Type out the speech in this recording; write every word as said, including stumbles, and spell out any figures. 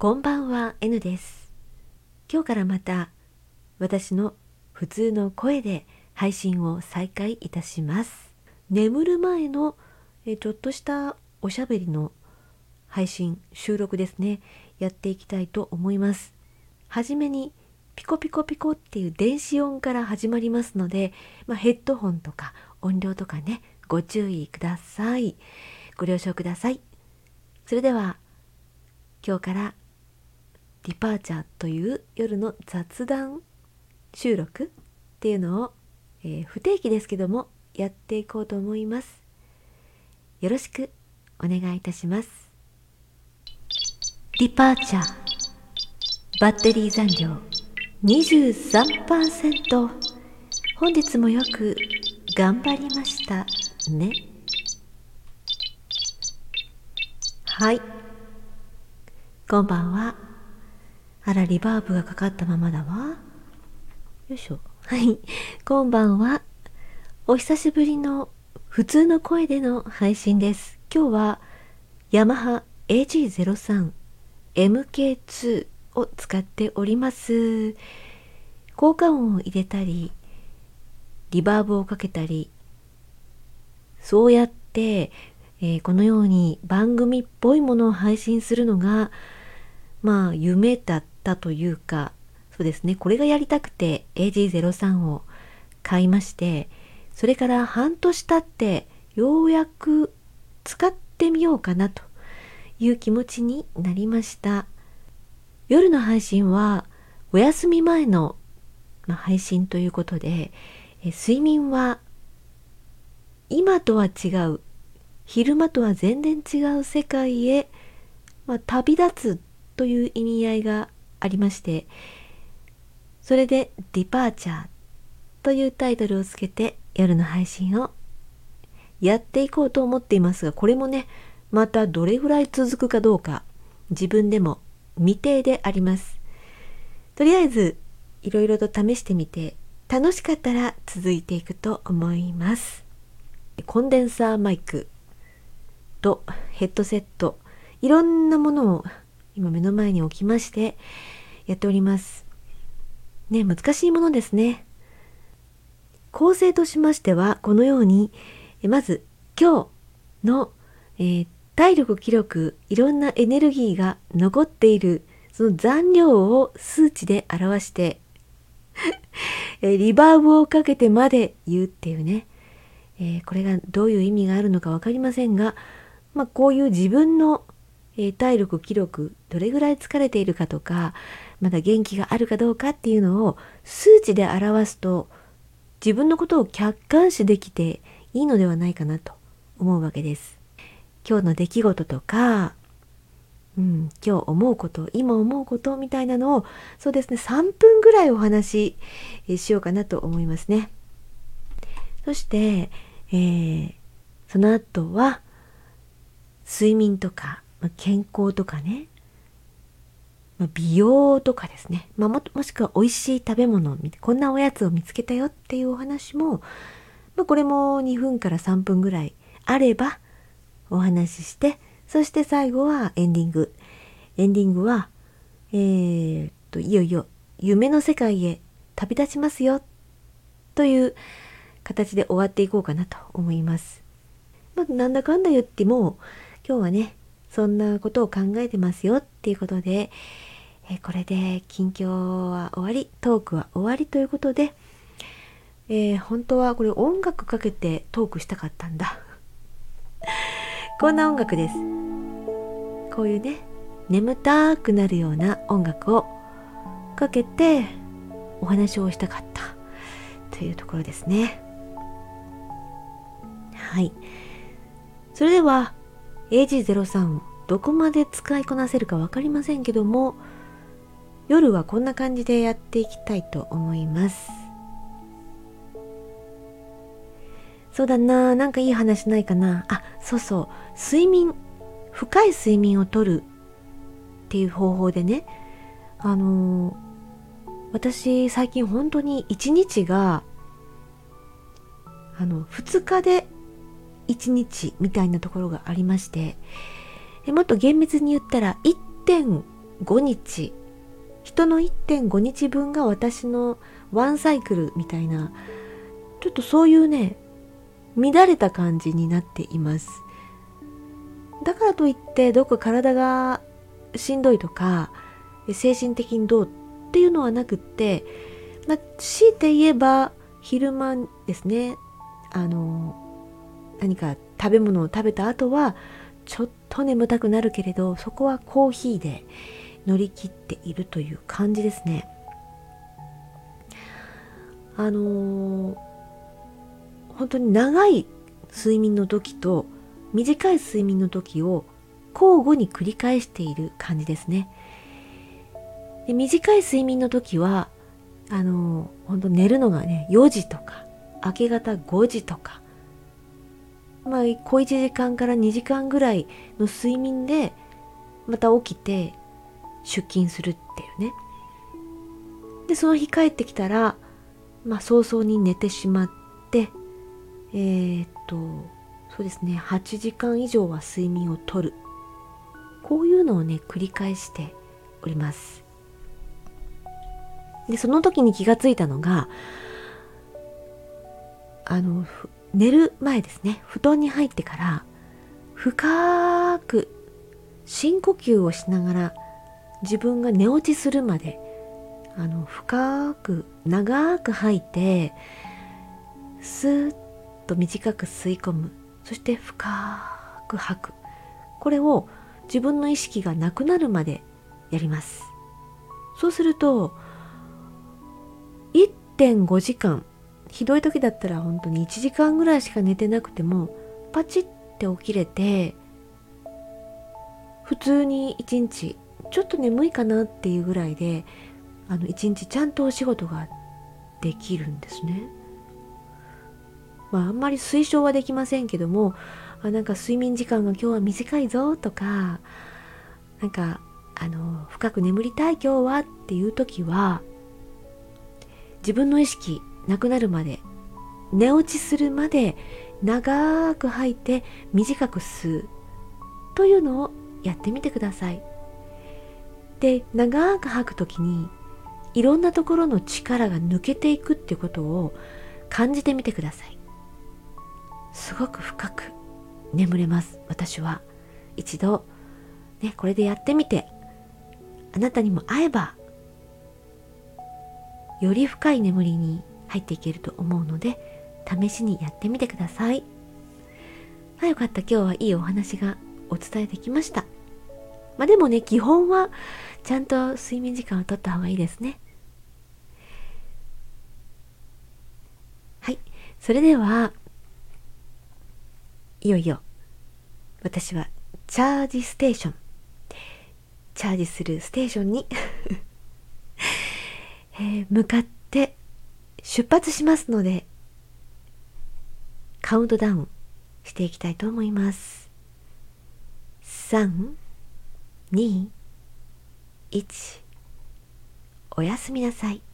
こんばんは、N です。今日からまた私の普通の声で配信を再開いたします。眠る前のえちょっとしたおしゃべりの配信、収録ですね、やっていきたいと思います。はじめにピコピコピコっていう電子音から始まりますので、まあ、ヘッドホンとか音量とかね、ご注意ください。ご了承ください。それでは今日からディパーチャーという夜の雑談収録っていうのを、えー不定期ですけどもやっていこうと思います。よろしくお願いいたします。ディパーチャー、バッテリー残量 にじゅうさんパーセント。 本日もよく頑張りましたね。はい、こんばんは。あら、リバーブがかかったままだわ。よいしょ。はい、こんばんは。お久しぶりの普通の声での配信です。今日はヤマハ エージーゼロさんエムケーツー を使っております。効果音を入れたり、リバーブをかけたり、そうやって、えーこのように番組っぽいものを配信するのが、まあ夢だったというか、そうですね、これがやりたくて エージーゼロさん を買いまして、それから半年経ってようやく使ってみようかなという気持ちになりました。夜の配信はお休み前の、まあ、配信ということで、え睡眠は今とは違う、昼間とは全然違う世界へ、まあ、旅立つという意味合いがありまして、それでディパーチャーというタイトルをつけて夜の配信をやっていこうと思っていますが、これもね、またどれぐらい続くかどうか自分でも未定であります。とりあえずいろいろと試してみて、楽しかったら続いていくと思います。コンデンサーマイクとヘッドセット、いろんなものを今目の前に置きましてやっておりますね。難しいものですね。構成としましてはこのように、まず今日の、えー体力、気力、いろんなエネルギーが残っているその残量を数値で表してえーリバーブをかけてまで言うっていうね、えーこれがどういう意味があるのか分かりませんが、まあ、こういう自分の、えー体力、気力、どれぐらい疲れているかとか、まだ元気があるかどうかっていうのを数値で表すと、自分のことを客観視できていいのではないかなと思うわけです。今日の出来事とか、うん、今日思うこと、今思うことみたいなのを、そうですね、さんぷんぐらいお話ししようかなと思いますね。そして、えーその後は睡眠とか、まあ、健康とかね、まあ、美容とかですね、まあ、も、もしくは美味しい食べ物を見て、こんなおやつを見つけたよっていうお話も、まあ、これもにふんからさんぷんぐらいあればお話しして、そして最後はエンディング。エンディングは、えー、っと、いよいよ夢の世界へ旅立ちますよという形で終わっていこうかなと思います。まあ、なんだかんだ言っても、今日はね、そんなことを考えてますよっていうことで、えーこれで近況は終わり、トークは終わりということで、えー本当はこれ音楽かけてトークしたかったんだ。こんな音楽です。こういうね、眠たくなるような音楽をかけてお話をしたかったというところですね。はい。それでは エージーゼロさん どこまで使いこなせるか分かりませんけども、夜はこんな感じでやっていきたいと思います。そうだな、なんかいい話ないかな。あ、そうそう、睡眠、深い睡眠をとるっていう方法でね、あのー私最近本当に一日があのふつかで一日みたいなところがありまして、でもっと厳密に言ったらいってんごにち、人のいってんごにちぶんが私のワンサイクルみたいな、ちょっとそういうね、乱れた感じになっています。だからといってどこか体がしんどいとか精神的にどうっていうのはなくって、まあ、強いて言えば昼間ですね、あの何か食べ物を食べた後はちょっと眠たくなるけれど、そこはコーヒーで乗り切っているという感じですね。あのー、本当に長い睡眠の時と短い睡眠の時を交互に繰り返している感じですね。で、短い睡眠の時はあの本当寝るのがねよじとか明け方ごじとか、まあ小いちじかんからにじかんぐらいの睡眠でまた起きて出勤するっていうね。でその日帰ってきたらまあ早々に寝てしまって、えー、っとそうですねはちじかん以上は睡眠をとる、こういうのをね繰り返しております。でその時に気がついたのが、あの寝る前ですね、布団に入ってから深く深呼吸をしながら自分が寝落ちするまであの深く長く吐いてスーッと短く吸い込む、そして深く吐く、これを自分の意識がなくなるまでやります。そうすると いってんごじかん、ひどい時だったら本当にいちじかんぐらいしか寝てなくてもパチッて起きれて、普通に一日ちょっと眠いかなっていうぐらいであの一日ちゃんとお仕事ができるんですね。まああんまり推奨はできませんけども、あなんか睡眠時間が今日は短いぞとか、なんかあの深く眠りたい今日はっていう時は自分の意識なくなるまで、寝落ちするまで長く吐いて短く吸うというのをやってみてください。で長く吐くときにいろんなところの力が抜けていくっていうことを感じてみてください。すごく深く眠れます。私は一度ねこれでやってみて、あなたにも合えばより深い眠りに入っていけると思うので、試しにやってみてください。あ、よかった。今日はいいお話がお伝えできました。まあでもね、基本はちゃんと睡眠時間をとった方がいいですね。はい。それでは、いよいよ私はチャージステーション、チャージするステーションに、えー、向かって出発しますので、カウントダウンしていきたいと思います。さん、に、いち、おやすみなさい。